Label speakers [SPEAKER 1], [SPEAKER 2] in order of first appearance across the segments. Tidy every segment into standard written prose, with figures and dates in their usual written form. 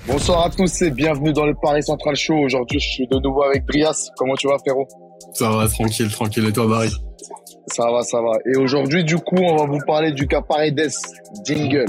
[SPEAKER 1] Bonsoir à tous et bienvenue dans le Paris Central Show. Aujourd'hui, je suis de nouveau avec Drias. Comment tu vas, frérot?
[SPEAKER 2] Ça va, tranquille. Et toi, Barry?
[SPEAKER 1] Ça va. Et aujourd'hui, du coup, on va vous parler du cas Paredes. Jingle.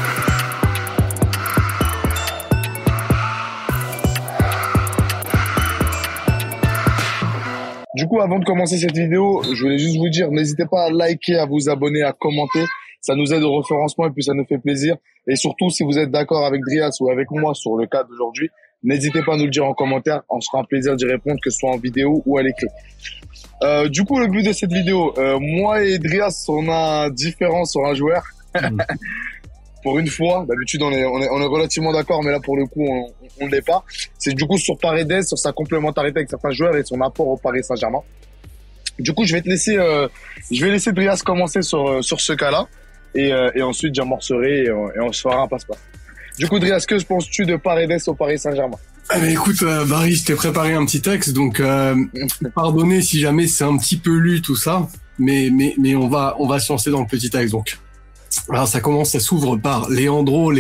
[SPEAKER 1] Du coup, avant de commencer cette vidéo, je voulais juste vous dire, n'hésitez pas à liker, à vous abonner, à commenter. Ça nous aide au référencement et puis ça nous fait plaisir. Et surtout, si vous êtes d'accord avec Drias ou avec moi sur le cas d'aujourd'hui, n'hésitez pas à nous le dire en commentaire. On sera un plaisir d'y répondre, que ce soit en vidéo ou à l'écrit. Du coup, le but de cette vidéo, moi et Drias, on a différence sur un joueur. Pour une fois, d'habitude, on est relativement d'accord, mais là, pour le coup, on ne l'est pas. C'est du coup sur Paredes, sur sa complémentarité avec certains joueurs et son apport au Paris Saint-Germain. Du coup, je vais laisser Drias commencer sur ce cas-là. Et ensuite, j'amorcerai et on se fera un passe-passe. Du coup, Drias, que penses-tu de Paredes au Paris Saint-Germain?
[SPEAKER 2] Écoute, Barry, je t'ai préparé un petit texte, donc pardonnez si jamais c'est un petit peu lu tout ça, mais on va se lancer dans le petit texte. Donc, alors ça s'ouvre par Leandro.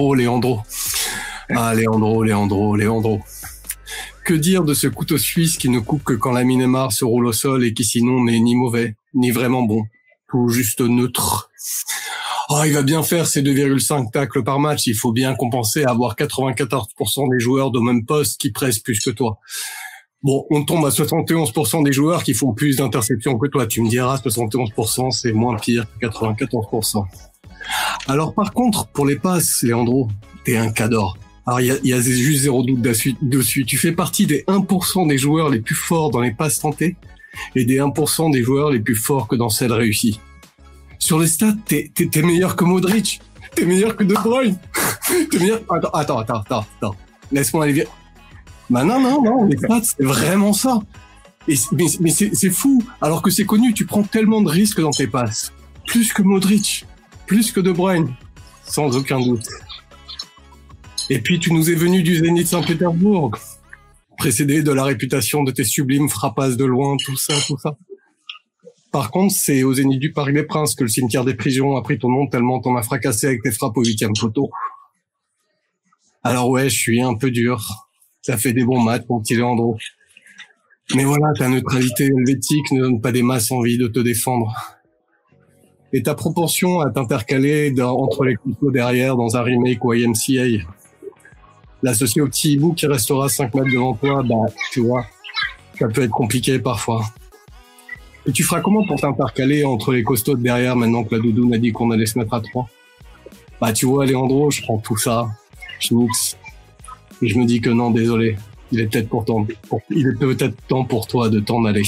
[SPEAKER 2] Ah, Leandro. Que dire de ce couteau suisse qui ne coupe que quand Lamine Yamal se roule au sol et qui sinon n'est ni mauvais, ni vraiment bon, tout juste neutre. Oh, il va bien faire ses 2,5 tacles par match. Il faut bien compenser à avoir 94% des joueurs de même poste qui pressent plus que toi. Bon, on tombe à 71% des joueurs qui font plus d'interceptions que toi. Tu me diras, 71%, c'est moins pire que 94%. Alors, par contre, pour les passes, Leandro, t'es un cador. Alors, il y a juste zéro doute dessus. Tu fais partie des 1% des joueurs les plus forts dans les passes tentées et des 1% des joueurs les plus forts que dans celles réussies. Sur les stats, t'es meilleur que Modric. T'es meilleur que De Bruyne. T'es meilleur... Attends. Laisse-moi aller vite. Bah non, les stats, c'est vraiment ça. Mais c'est fou. Alors que c'est connu, tu prends tellement de risques dans tes passes. Plus que Modric. Plus que De Bruyne. Sans aucun doute. Et puis, tu nous es venu du Zénith Saint-Pétersbourg. Précédé de la réputation de tes sublimes frappasses de loin, tout ça. Par contre, c'est au Zénith du Parc des Princes que le cimetière des prisons a pris ton nom tellement t'en as fracassé avec tes frappes au 8e poteau. Alors ouais, je suis un peu dur. Ça fait des bons matchs, mon petit Leandro. Mais voilà, ta neutralité helvétique ne donne pas des masses envie de te défendre. Et ta propension à t'intercaler entre les couteaux derrière dans un remake ou YMCA, l'associer au petit hibou qui restera 5 mètres devant toi, tu vois, ça peut être compliqué parfois. Et tu feras comment pour t'intercaler entre les costauds de derrière maintenant que la doudoune a dit qu'on allait se mettre à 3? Tu vois, Leandro, je prends tout ça, je mixe, et je me dis que non, désolé, il est peut-être temps pour toi de t'en aller.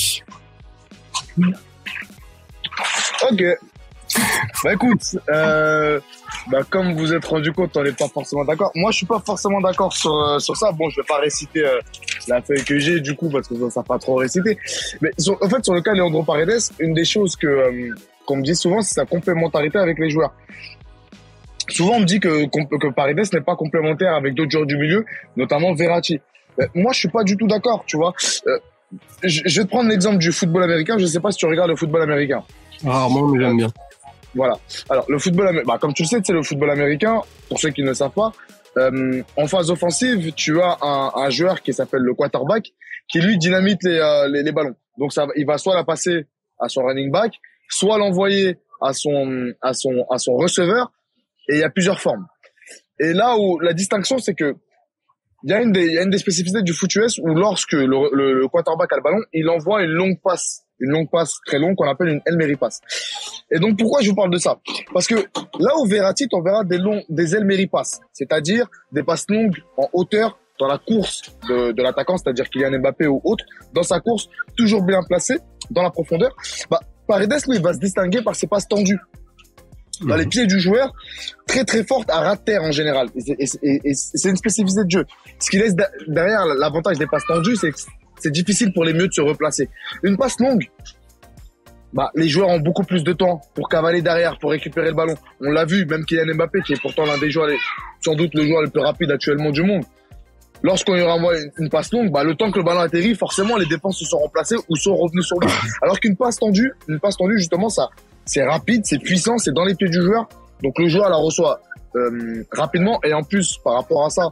[SPEAKER 1] Ok. Écoute, comme vous êtes rendu compte, on n'est pas forcément d'accord. Moi, je suis pas forcément d'accord sur ça. Bon, je vais pas réciter la feuille que j'ai du coup parce que ça pas trop réciter. Mais sur le cas de Leandro Paredes, une des choses qu'on me dit souvent, c'est sa complémentarité avec les joueurs. Souvent, on me dit que Paredes n'est pas complémentaire avec d'autres joueurs du milieu, notamment Verratti. Moi, je suis pas du tout d'accord, tu vois. Je vais te prendre l'exemple du football américain. Je sais pas si tu regardes le football américain.
[SPEAKER 2] Rarement, mais j'aime bien.
[SPEAKER 1] Voilà. Alors, le football, comme tu le sais, c'est le football américain. Pour ceux qui ne le savent pas, en phase offensive, tu as un joueur qui s'appelle le quarterback, qui lui dynamite les ballons. Donc il va soit la passer à son running back, soit l'envoyer à son receveur. Et il y a plusieurs formes. Et là où la distinction, c'est que il y a une des spécificités du foot US où lorsque le quarterback a le ballon, il envoie une longue passe très longue qu'on appelle une Hail Mary pass. Et donc pourquoi je vous parle de ça? Parce que là où Verratti, on verra des Hail Mary pass, c'est-à-dire des passes longues en hauteur dans la course de l'attaquant, c'est-à-dire Kylian Mbappé ou autre, dans sa course toujours bien placée dans la profondeur. Paredes, lui, il va se distinguer par ses passes tendues dans les pieds du joueur, très très forte à ras de terre en général. Et c'est une spécificité de jeu. Ce qui laisse derrière l'avantage des passes tendues, c'est que c'est difficile pour les mieux de se replacer. Une passe longue, les joueurs ont beaucoup plus de temps pour cavaler derrière, pour récupérer le ballon. On l'a vu, même Kylian Mbappé, qui est pourtant l'un des joueurs, sans doute le joueur le plus rapide actuellement du monde. Lorsqu'on lui renvoie une passe longue, le temps que le ballon atterrit, forcément, les défenses se sont remplacées ou sont revenues sur lui. Alors qu'une passe tendue, justement, ça, c'est rapide, c'est puissant, c'est dans les pieds du joueur. Donc le joueur la reçoit rapidement et en plus, par rapport à ça,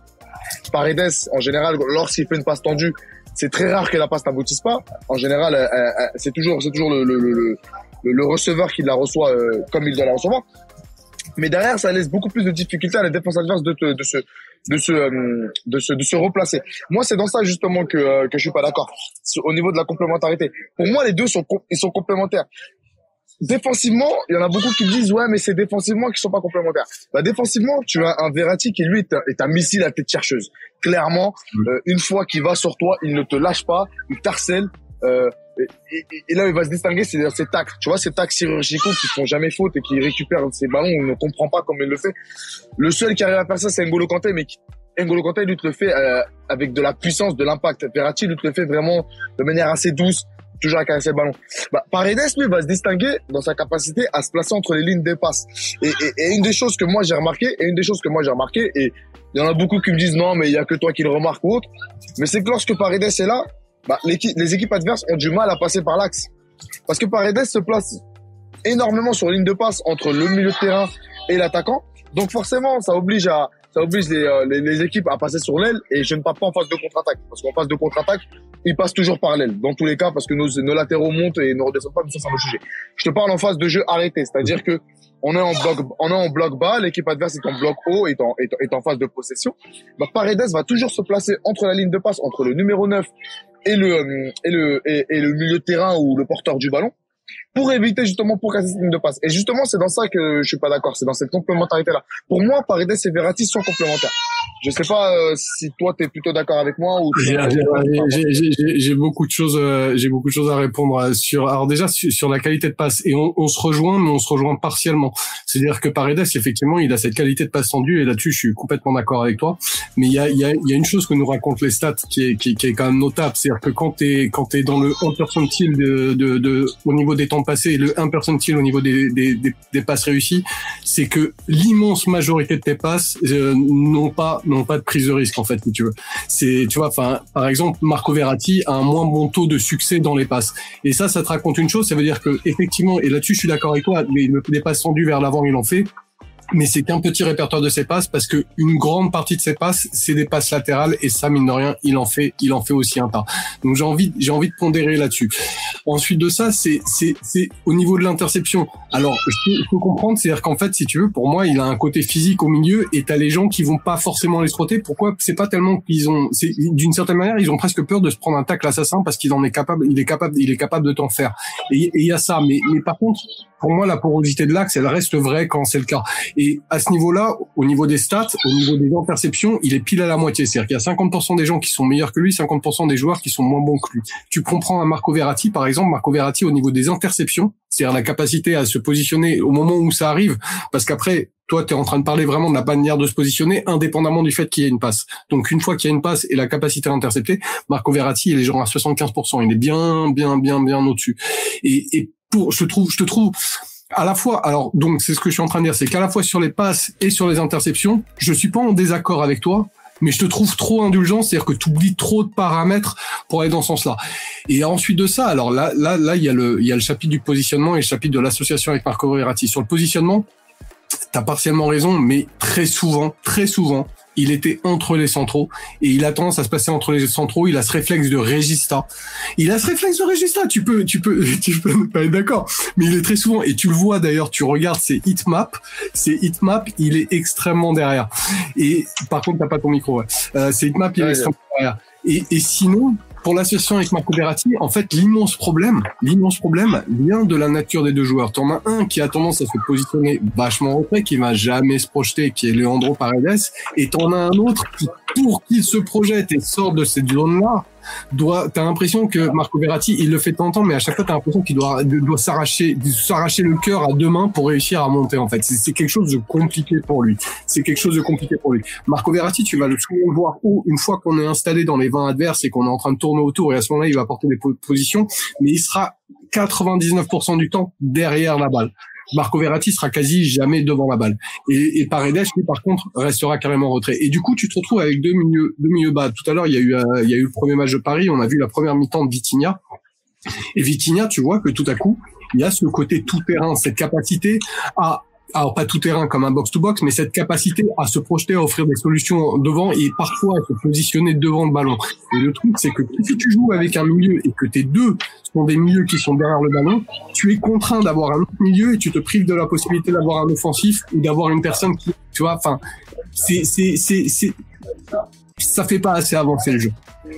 [SPEAKER 1] Paredes, en général, lorsqu'il fait une passe tendue, c'est très rare que la passe n'aboutisse pas. En général, c'est toujours le receveur qui la reçoit comme il doit la recevoir. Mais derrière, ça laisse beaucoup plus de difficultés à la défense adverse de se replacer. Moi, c'est dans ça justement que je suis pas d'accord. Au niveau de la complémentarité, pour moi, les deux sont complémentaires. Défensivement, il y en a beaucoup qui disent ouais, mais c'est défensivement qu'ils sont pas complémentaires. Bah défensivement, tu as un Verratti qui lui est un missile à tête chercheuse. Clairement, une fois qu'il va sur toi, il ne te lâche pas, il t'harcèle. Et là, il va se distinguer, c'est ses tacles. Tu vois, ces tacles chirurgicaux qui font jamais faute et qui récupèrent ses ballons, on ne comprend pas comment il le fait. Le seul qui arrive à faire ça, c'est N'Golo Kanté, mais N'Golo Kanté, lui, te le fait avec de la puissance, de l'impact. Verratti, lui, te le fait vraiment de manière assez douce, toujours à caresser le ballon. Bah, Paredes, lui, va se distinguer dans sa capacité à se placer entre les lignes des passes. Et une des choses que moi j'ai remarqué, et il y en a beaucoup qui me disent non, mais il y a que toi qui le remarques ou autre, mais c'est que lorsque Paredes est là, bah, les équipes adverses ont du mal à passer par l'axe. Parce que Paredes se place énormément sur ligne de passe entre le milieu de terrain et l'attaquant. Donc forcément, ça oblige les équipes à passer sur l'aile et je ne passe pas en phase de contre-attaque. Parce qu'en phase de contre-attaque, ils passent toujours par l'aile. Dans tous les cas, parce que nos latéraux montent et ne redescendent pas, mais ça, c'est un autre sujet. Je te parle en phase de jeu arrêté. C'est-à-dire que on est en bloc bas, l'équipe adverse est en bloc haut, est en phase de possession. Bah, Paredes va toujours se placer entre la ligne de passe, entre le numéro 9 et le milieu de terrain ou le porteur du ballon, pour éviter justement pour casser cette ligne de passe. Et justement, c'est dans ça que je suis pas d'accord, c'est dans cette complémentarité-là. Pour moi, Paredes et Verratti sont complémentaires. Je sais pas si toi t'es plutôt d'accord avec moi ou
[SPEAKER 2] j'ai beaucoup de choses à répondre sur. Alors déjà sur la qualité de passe et on se rejoint, mais on se rejoint partiellement. C'est-à-dire que Paredes effectivement il a cette qualité de passe tendue et là-dessus je suis complètement d'accord avec toi. Mais il y a une chose que nous racontent les stats qui est quand même notable, c'est-à-dire que quand t'es dans le 1 percentile au niveau des temps passés et le 1 percentile au niveau des passes réussies, c'est que l'immense majorité de tes passes n'ont pas de prise de risque en fait, si tu veux. Tu vois, enfin, par exemple, Marco Verratti a un moins bon taux de succès dans les passes. Et ça te raconte une chose, ça veut dire que effectivement, et là-dessus je suis d'accord avec toi, les passes tendues vers l'avant, il en fait. Mais c'est qu'un petit répertoire de ses passes parce que une grande partie de ses passes, c'est des passes latérales et ça, mine de rien, il en fait aussi un tas. Donc j'ai envie de pondérer là-dessus. Ensuite de ça, c'est au niveau de l'interception. Alors, je peux comprendre, c'est-à-dire qu'en fait, si tu veux, pour moi, il a un côté physique au milieu et t'as les gens qui vont pas forcément les trotter. Pourquoi? C'est pas tellement d'une certaine manière, ils ont presque peur de se prendre un tacle assassin parce qu'il est capable de t'en faire. Et il y a ça. Mais par contre, pour moi, la porosité de l'axe, elle reste vraie quand c'est le cas. Et à ce niveau-là, au niveau des stats, au niveau des interceptions, il est pile à la moitié. C'est-à-dire qu'il y a 50% des gens qui sont meilleurs que lui, 50% des joueurs qui sont moins bons que lui. Tu comprends un Marco Verratti, par exemple, Marco Verratti au niveau des interceptions, c'est-à-dire la capacité à se positionner au moment où ça arrive, parce qu'après, toi, tu es en train de parler vraiment de la manière de se positionner, indépendamment du fait qu'il y ait une passe. Donc, une fois qu'il y a une passe et la capacité à intercepter, Marco Verratti, il est genre à 75%. Il est bien au-dessus. Et je te trouve à la fois, alors donc c'est ce que je suis en train de dire, c'est qu'à la fois sur les passes et sur les interceptions, je suis pas en désaccord avec toi, mais je te trouve trop indulgent, c'est-à-dire que tu oublies trop de paramètres pour aller dans ce sens-là. Et ensuite de ça, alors là il y a le chapitre du positionnement et le chapitre de l'association avec Marco Verratti. Sur le positionnement, t'as partiellement raison, mais très souvent, il était entre les centraux et il a tendance à se passer entre les centraux. Il a ce réflexe de régista. Tu peux ne pas être d'accord, mais il est très souvent, et tu le vois d'ailleurs, tu regardes ses heatmaps, il est extrêmement derrière. Et par contre, t'as pas ton micro, ouais. Ses heatmaps, il est extrêmement derrière. Et sinon, pour l'association avec Marco Verratti, en fait, l'immense problème vient de la nature des deux joueurs. T'en as un qui a tendance à se positionner vachement en retrait, qui va jamais se projeter, qui est Leandro Paredes, et t'en as un autre qui, pour qu'il se projette et sorte de cette zone-là, t'as l'impression que Marco Verratti, il le fait de temps en temps, mais à chaque fois, t'as l'impression qu'il doit s'arracher le cœur à deux mains pour réussir à monter, en fait. C'est quelque chose de compliqué pour lui. Marco Verratti, tu vas souvent le voir une fois qu'on est installé dans les 20 adverses et qu'on est en train de tourner autour, et à ce moment-là, il va apporter des positions, mais il sera 99% du temps derrière la balle. Marco Verratti sera quasi jamais devant la balle. Et Paredes, lui, par contre, restera carrément en retrait. Et du coup, tu te retrouves avec deux milieux bas. Tout à l'heure, il y a eu le premier match de Paris, on a vu la première mi-temps de Vitinha. Et Vitinha, tu vois que tout à coup, il y a ce côté tout-terrain, cette capacité à alors pas tout terrain comme un box-to-box, mais cette capacité à se projeter, à offrir des solutions devant et parfois à se positionner devant le ballon. Et le truc, c'est que si tu joues avec un milieu et que tes deux sont des milieux qui sont derrière le ballon, tu es contraint d'avoir un autre milieu et tu te prives de la possibilité d'avoir un offensif ou d'avoir une personne qui, tu vois, enfin, ça fait pas assez avancer le jeu.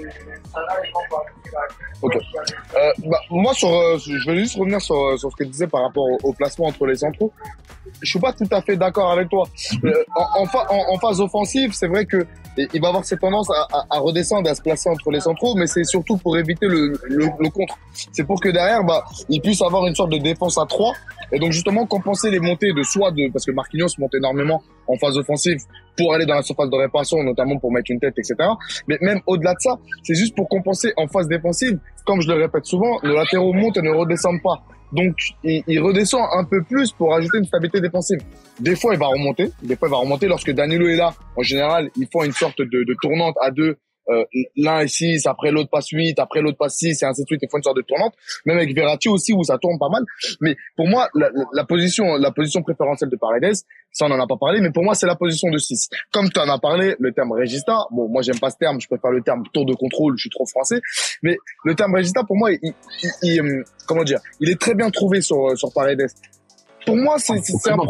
[SPEAKER 1] Ok. Moi, je vais juste revenir sur ce que tu disais par rapport au placement entre les centraux. Je suis pas tout à fait d'accord avec toi. En phase offensive, c'est vrai que il va avoir cette tendance à redescendre, à se placer entre les centraux, mais c'est surtout pour éviter le contre. C'est pour que derrière, il puisse avoir une sorte de défense à 3 et donc justement compenser les montées parce que Marquinhos monte énormément en phase offensive pour aller dans la surface de réparation, notamment pour mettre une tête, etc. Mais même au-delà de ça, c'est juste pour compenser en phase défensive. Comme je le répète souvent, les latéraux montent et ne redescendent pas. Donc, il redescend un peu plus pour ajouter une stabilité défensive. Des fois, il va remonter. Lorsque Danilo est là, en général, ils font une sorte de tournante à deux. L'un est 6, après l'autre passe 8, après l'autre passe 6, et ainsi de suite. Ils font une sorte de tournante. Même avec Verratti aussi, où ça tourne pas mal. Mais pour moi, la position préférentielle de Paredes, ça, on en a pas parlé, mais pour moi, c'est la position de 6. Comme tu en as parlé, le terme Regista, bon, moi, j'aime pas ce terme, je préfère le terme tour de contrôle, je suis trop français. Mais le terme Regista, pour moi, comment dire, il est très bien trouvé sur Paredes. Pour moi, c'est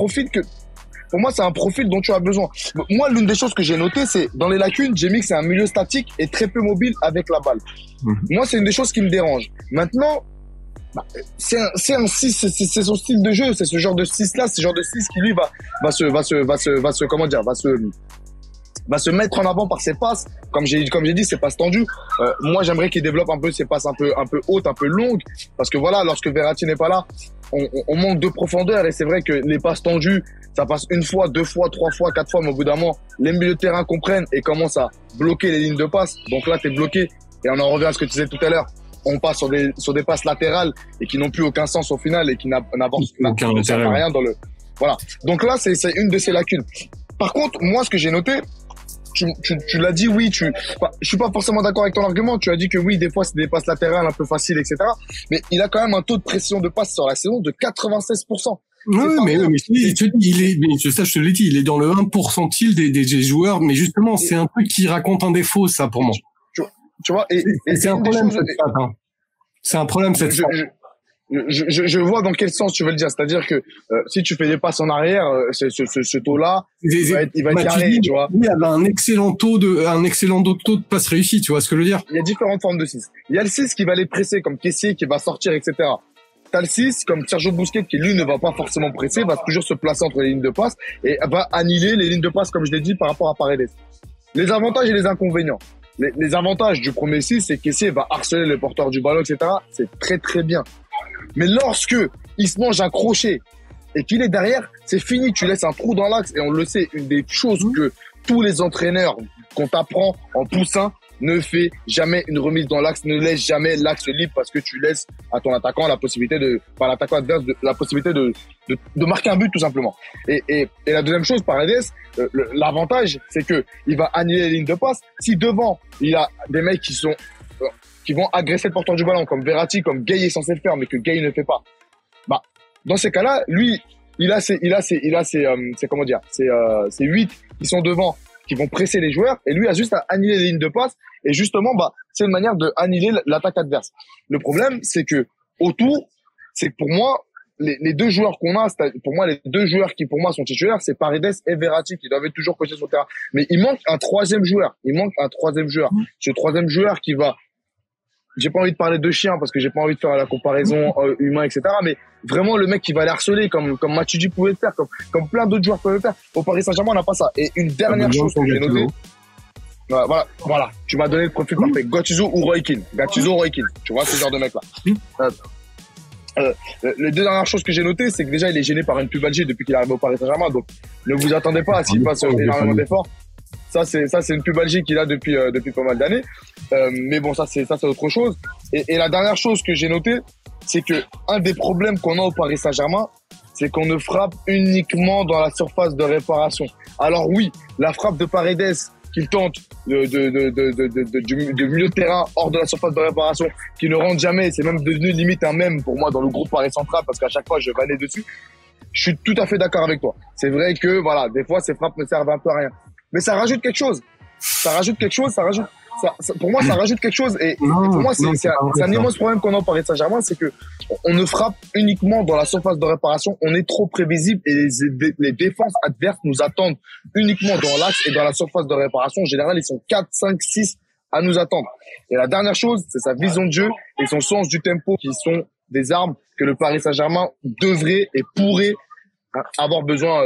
[SPEAKER 1] un profil dont tu as besoin. Moi, l'une des choses que j'ai notées, c'est, dans les lacunes, j'ai mis que c'est un milieu statique et très peu mobile avec la balle. Moi, c'est une des choses qui me dérange. Maintenant, c'est un 6, c'est son style de jeu, c'est ce genre de 6-là, ce genre de 6 qui lui va se mettre en avant par ses passes, comme j'ai dit, ses passes tendues. Moi, j'aimerais qu'il développe un peu ses passes un peu hautes, un peu longues, parce que voilà, lorsque Verratti n'est pas là, on manque de profondeur, et c'est vrai que les passes tendues, ça passe une fois, 2 fois, 3 fois, 4 fois, mais au bout d'un moment, les milieux de terrain comprennent et commencent à bloquer les lignes de passe. Donc là, t'es bloqué, et on en revient à ce que tu disais tout à l'heure. On passe sur des passes latérales et qui n'ont plus aucun sens au final et qui n'apportent rien dans le, voilà. Donc là, c'est une de ces lacunes. Par contre, moi, ce que j'ai noté, tu l'as dit, oui, je suis pas forcément d'accord avec ton argument. Tu as dit que oui, des fois, c'est des passes latérales un peu faciles, etc. Mais il a quand même un taux de pression de passe sur la saison de 96%.
[SPEAKER 2] Oui, mais je te l'ai dit, il est dans le 1% des joueurs, mais justement, c'est un truc qui raconte un défaut, ça, pour moi.
[SPEAKER 1] Tu vois, et
[SPEAKER 2] c'est un problème, cette stat, hein. C'est un problème, cette stat.
[SPEAKER 1] Je vois dans quel sens tu veux le dire. C'est-à-dire que si tu fais des passes en arrière, ce taux-là, il va être carré, tu vois.
[SPEAKER 2] Il y avait un excellent taux de passes réussies, tu vois ce que je veux dire.
[SPEAKER 1] Il y a différentes formes de 6. Il y a le 6 qui va les presser, comme Kessié qui va sortir, etc. T'as le 6 comme Sergio Busquets qui lui ne va pas forcément presser, va toujours se placer entre les lignes de passe et va annihiler les lignes de passe, comme je l'ai dit, par rapport à Paredes. Les avantages et les inconvénients. Les avantages du premier 6, c'est qu'Essier va harceler le porteur du ballon, etc. C'est très très bien. Mais lorsque il se mange un crochet et qu'il est derrière, c'est fini. Tu laisses un trou dans l'axe et on le sait, une des choses que tous les entraîneurs qu'on t'apprend en poussin ne fait jamais une remise dans l'axe, ne laisse jamais l'axe libre parce que tu laisses à ton attaquant la possibilité l'attaquant adverse la possibilité de marquer un but tout simplement. Et la deuxième chose, Paredes, l'avantage, c'est que il va annihiler les lignes de passe. Si devant, il y a des mecs qui vont agresser le porteur du ballon, comme Verratti, comme Gay est censé le faire, mais que Gay ne fait pas. Dans ces cas-là, lui, il a ses 8 qui sont devant, qui vont presser les joueurs, et lui a juste à annihiler les lignes de passe, et justement, c'est une manière de annihiler l'attaque adverse. Le problème, c'est que, autour, c'est que pour moi, les deux joueurs qu'on a, pour moi, les deux joueurs qui, pour moi, sont titulaires, c'est Paredes et Verratti, qui doivent être toujours coachés sur le terrain. Mais il manque un troisième joueur. Ce troisième joueur qui va, j'ai pas envie de parler de chien parce que j'ai pas envie de faire la comparaison humain, etc. Mais vraiment le mec qui va les harceler comme Matuidi pouvait le faire, comme plein d'autres joueurs peuvent le faire. Au Paris Saint-Germain, on n'a pas ça. Et une dernière chose que j'ai notée, voilà, tu m'as donné le profil parfait. Gattuso ou Roy Keane. Tu vois ce genre de mec-là. Les deux dernières choses que j'ai notées, c'est que déjà il est gêné par une pubalgie depuis qu'il est arrivé au Paris Saint-Germain. Donc ne vous attendez pas à ce qu'il fasse énormément d'efforts. Ça c'est une pubalgie qu'il a depuis pas mal d'années. Mais bon, ça c'est autre chose. Et la dernière chose que j'ai notée, c'est que un des problèmes qu'on a au Paris Saint-Germain, c'est qu'on ne frappe uniquement dans la surface de réparation. Alors oui, la frappe de Paredes qu'il tente du milieu de terrain hors de la surface de réparation, qui ne rentre jamais, c'est même devenu limite un mème pour moi dans le groupe Paris Central parce qu'à chaque fois je vannais dessus. Je suis tout à fait d'accord avec toi. C'est vrai que, voilà, des fois, ces frappes ne servent un peu à rien. Mais ça rajoute quelque chose. Pour moi, ça rajoute quelque chose. Et pour moi, c'est un immense problème qu'on a au Paris Saint-Germain, c'est que on ne frappe uniquement dans la surface de réparation. On est trop prévisible et les défenses adverses nous attendent uniquement dans l'axe et dans la surface de réparation. En général, ils sont 4, 5, 6 à nous attendre. Et la dernière chose, c'est sa vision de jeu et son sens du tempo qui sont des armes que le Paris Saint-Germain devrait et pourrait avoir besoin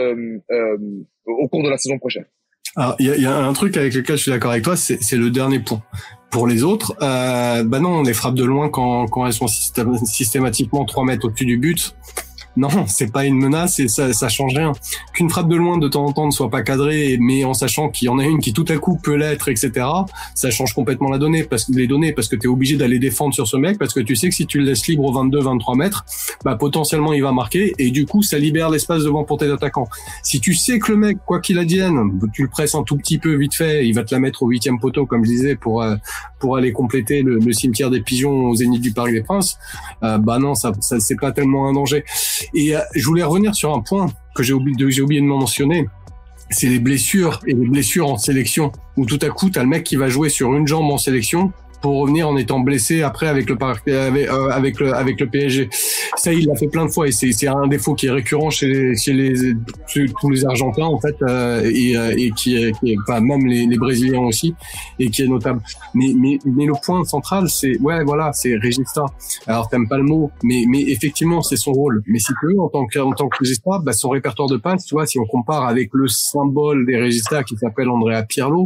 [SPEAKER 1] au cours de la saison prochaine.
[SPEAKER 2] Alors, il y a un truc avec lequel je suis d'accord avec toi, c'est le dernier point. Pour les autres, non, on les frappe de loin quand elles sont systématiquement 3 mètres au-dessus du but. Non, c'est pas une menace et ça change rien. Qu'une frappe de loin de temps en temps ne soit pas cadrée, mais en sachant qu'il y en a une qui tout à coup peut l'être, etc., ça change complètement parce que t'es obligé d'aller défendre sur ce mec, parce que tu sais que si tu le laisses libre aux 22-23 mètres, potentiellement il va marquer, et du coup ça libère l'espace devant pour tes attaquants. Si tu sais que le mec, quoi qu'il advienne, tu le presses un tout petit peu vite fait, il va te la mettre au 8e poteau, comme je disais, pour aller compléter le cimetière des pigeons au Zénith du Parc des Princes, non, ça c'est pas tellement un danger. Et je voulais revenir sur un point que j'ai oublié de mentionner, c'est les blessures et les blessures en sélection, où tout à coup t'as le mec qui va jouer sur une jambe en sélection pour revenir en étant blessé après avec le PSG. Ça, il l'a fait plein de fois et c'est un défaut qui est récurrent chez tous les Argentins en fait, et qui est même les Brésiliens aussi, et qui est notable. Mais le point central, c'est c'est Regista. Alors t'aimes pas le mot, mais effectivement c'est son rôle. Mais si tu veux, en tant que Regista, son répertoire de passes, tu vois, si on compare avec le symbole des Regista qui s'appelle Andrea Pirlo,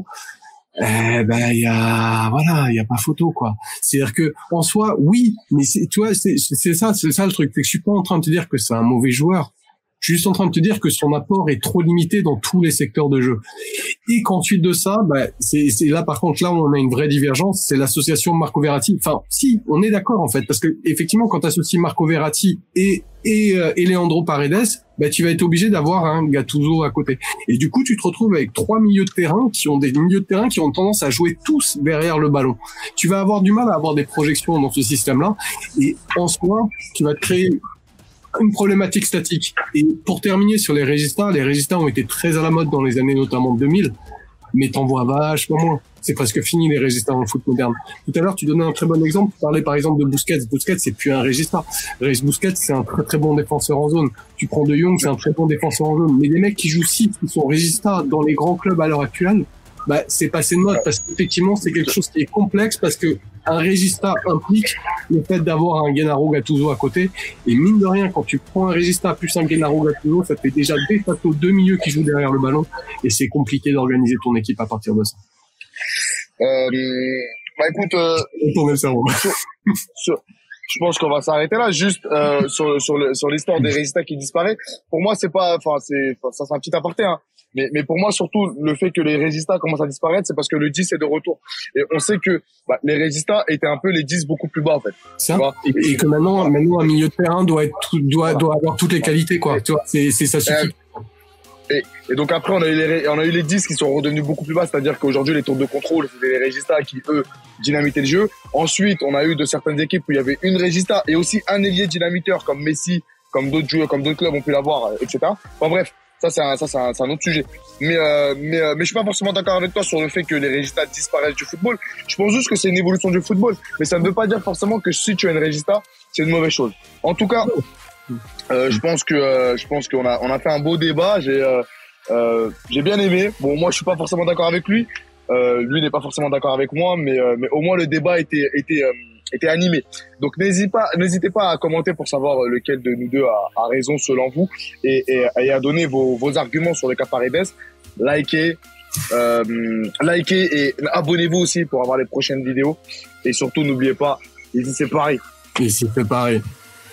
[SPEAKER 2] il y a pas photo, quoi. C'est-à-dire que, en soi, oui, mais c'est ça le truc. C'est que je suis pas en train de te dire que c'est un mauvais joueur. Je suis juste en train de te dire que son apport est trop limité dans tous les secteurs de jeu. Et qu'ensuite de ça, c'est là, par contre, là où on a une vraie divergence, c'est l'association Marco Verratti. Enfin, si, on est d'accord, en fait, parce que, effectivement, quand tu associes Marco Verratti et Leandro Paredes, tu vas être obligé d'avoir un Gattuso à côté. Et du coup, tu te retrouves avec 3 milieux de terrain qui ont tendance à jouer tous derrière le ballon. Tu vas avoir du mal à avoir des projections dans ce système-là. Et en soi, tu vas te créer une problématique statique. Et pour terminer sur les Regista ont été très à la mode dans les années notamment 2000, mais t'en vois vachement moins. C'est presque fini les Regista dans le foot moderne. Tout à l'heure, tu donnais un très bon exemple. Tu parlais par exemple de Busquets. Busquets, c'est plus un Regista. Busquets, c'est un très très bon défenseur en zone. Tu prends De Jong, c'est un très bon défenseur en zone. Mais les mecs qui jouent 6, qui sont Regista dans les grands clubs à l'heure actuelle, c'est passé de mode parce qu'effectivement, c'est quelque chose qui est complexe parce que un Regista implique le fait d'avoir un Gennaro Gattuso à côté. Et mine de rien, quand tu prends un Regista plus un Gennaro Gattuso, ça fait déjà de facto 2 milieux qui jouent derrière le ballon. Et c'est compliqué d'organiser ton équipe à partir de ça.
[SPEAKER 1] Écoute, je pense qu'on va s'arrêter là. Juste sur l'histoire des Regista qui disparaît. Pour moi, c'est pas, c'est un petit aparté, hein. Mais pour moi, surtout, le fait que les Regista commencent à disparaître, c'est parce que le 10 est de retour. Et on sait que les Regista étaient un peu les 10 beaucoup plus bas, en fait.
[SPEAKER 2] Ça, et que maintenant, un milieu de terrain doit avoir toutes les qualités, quoi. Tu vois, c'est ça suffit.
[SPEAKER 1] Et donc après, on a eu les 10 qui sont redevenus beaucoup plus bas, c'est-à-dire qu'aujourd'hui, les tours de contrôle, c'était les Regista qui, eux, dynamitaient le jeu. Ensuite, on a eu de certaines équipes où il y avait une Regista et aussi un ailier dynamiteur comme Messi, comme d'autres joueurs, comme d'autres clubs ont pu l'avoir, etc. Enfin bref. Ça c'est un autre sujet. Mais je suis pas forcément d'accord avec toi sur le fait que les Regista disparaissent du football. Je pense juste que c'est une évolution du football. Mais ça ne veut pas dire forcément que si tu as une Regista, c'est une mauvaise chose. En tout cas, je pense qu'on a fait un beau débat. J'ai bien aimé. Bon, moi je suis pas forcément d'accord avec lui. Lui n'est pas forcément d'accord avec moi, mais au moins le débat était animé. Donc n'hésitez pas à commenter pour savoir lequel de nous deux a raison selon vous et à donner vos arguments sur le cas Paredes. Likez et abonnez-vous aussi pour avoir les prochaines vidéos. Et surtout n'oubliez pas, ici c'est Paris.
[SPEAKER 2] Ici c'est Paris.